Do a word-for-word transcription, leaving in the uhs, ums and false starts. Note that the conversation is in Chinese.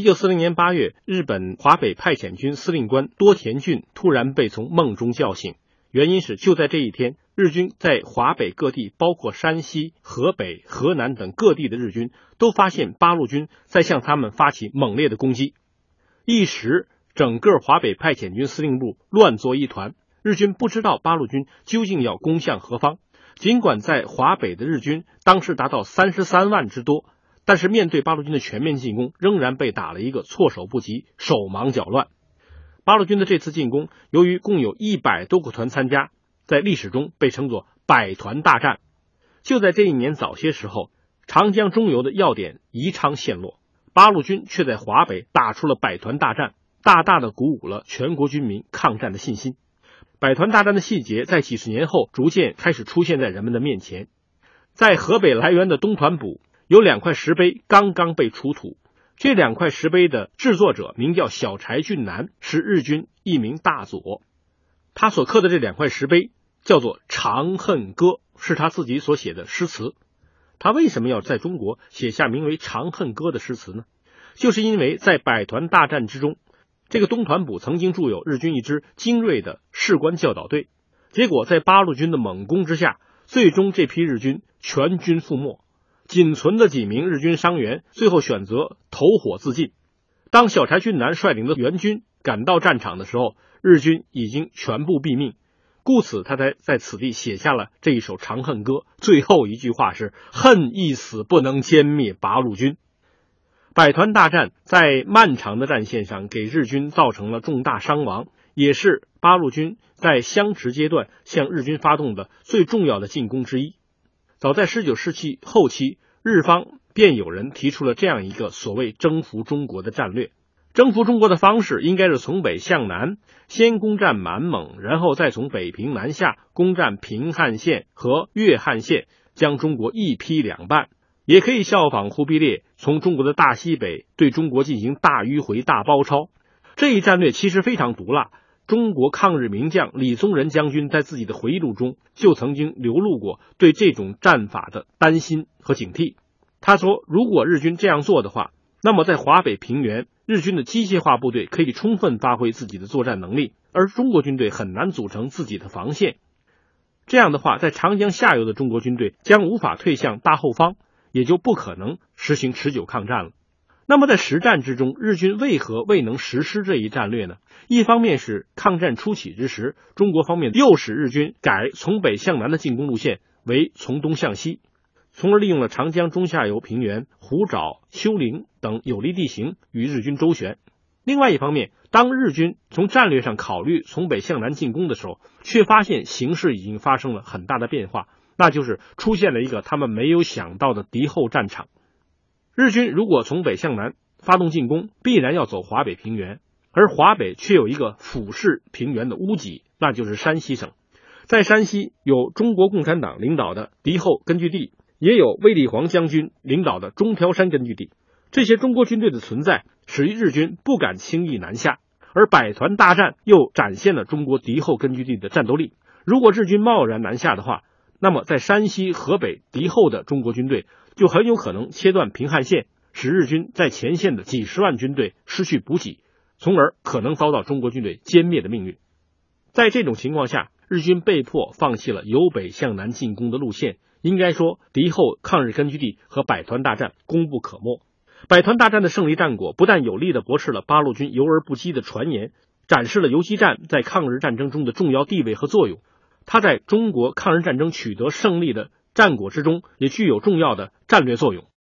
一九四零年八月，日本华北派遣军司令官多田骏突然被从梦中叫醒，原因是就在这一天，日军在华北各地，包括山西、河北、河南等各地的日军，都发现八路军在向他们发起猛烈的攻击。一时，整个华北派遣军司令部乱作一团，日军不知道八路军究竟要攻向何方。尽管在华北的日军当时达到三十三万之多，但是面对八路军的全面进攻，仍然被打了一个措手不及，手忙脚乱。八路军的这次进攻，由于共有一百多个团参加，在历史中被称作百团大战。就在这一年早些时候，长江中游的要点宜昌陷落，八路军却在华北打出了百团大战，大大的鼓舞了全国军民抗战的信心。百团大战的细节在几十年后逐渐开始出现在人们的面前。在河北涞源的东团堡，有两块石碑刚刚被出土，这两块石碑的制作者名叫小柴俊男，是日军一名大佐。他所刻的这两块石碑叫做《长恨歌》，是他自己所写的诗词。他为什么要在中国写下名为《长恨歌》的诗词呢？就是因为在百团大战之中，这个东团堡曾经驻有日军一支精锐的士官教导队，结果在八路军的猛攻之下，最终这批日军全军覆没，仅存的几名日军伤员最后选择投火自尽。当小柴俊男率领的援军赶到战场的时候，日军已经全部毙命，故此他才在此地写下了这一首长恨歌，最后一句话是恨一死不能歼灭八路军。百团大战在漫长的战线上给日军造成了重大伤亡，也是八路军在相持阶段向日军发动的最重要的进攻之一。早在十九世纪后期，日方便有人提出了这样一个所谓征服中国的战略。征服中国的方式应该是从北向南，先攻占满蒙，然后再从北平南下，攻占平汉线和粤汉线，将中国一劈两半。也可以效仿忽必烈从中国的大西北对中国进行大迂回大包抄。这一战略其实非常毒辣，中国抗日名将李宗仁将军在自己的回忆录中就曾经流露过对这种战法的担心和警惕。他说，如果日军这样做的话，那么在华北平原，日军的机械化部队可以充分发挥自己的作战能力，而中国军队很难组成自己的防线。这样的话，在长江下游的中国军队将无法退向大后方，也就不可能实行持久抗战了。那么在实战之中，日军为何未能实施这一战略呢？一方面是抗战初起之时，中国方面诱使日军改从北向南的进攻路线为从东向西，从而利用了长江中下游平原、湖沼、丘陵等有利地形与日军周旋。另外一方面，当日军从战略上考虑从北向南进攻的时候，却发现形势已经发生了很大的变化，那就是出现了一个他们没有想到的敌后战场。日军如果从北向南发动进攻，必然要走华北平原，而华北却有一个俯视平原的屋脊，那就是山西省。在山西有中国共产党领导的敌后根据地，也有卫立煌将军领导的中条山根据地。这些中国军队的存在使日军不敢轻易南下，而百团大战又展现了中国敌后根据地的战斗力。如果日军贸然南下的话，那么在山西、河北敌后的中国军队就很有可能切断平汉线，使日军在前线的几十万军队失去补给，从而可能遭到中国军队歼灭的命运。在这种情况下，日军被迫放弃了由北向南进攻的路线，应该说敌后抗日根据地和百团大战功不可没。百团大战的胜利战果不但有力地驳斥了八路军游而不击的传言，展示了游击战在抗日战争中的重要地位和作用，它在中国抗日战争取得胜利的战果之中也具有重要的战略作用。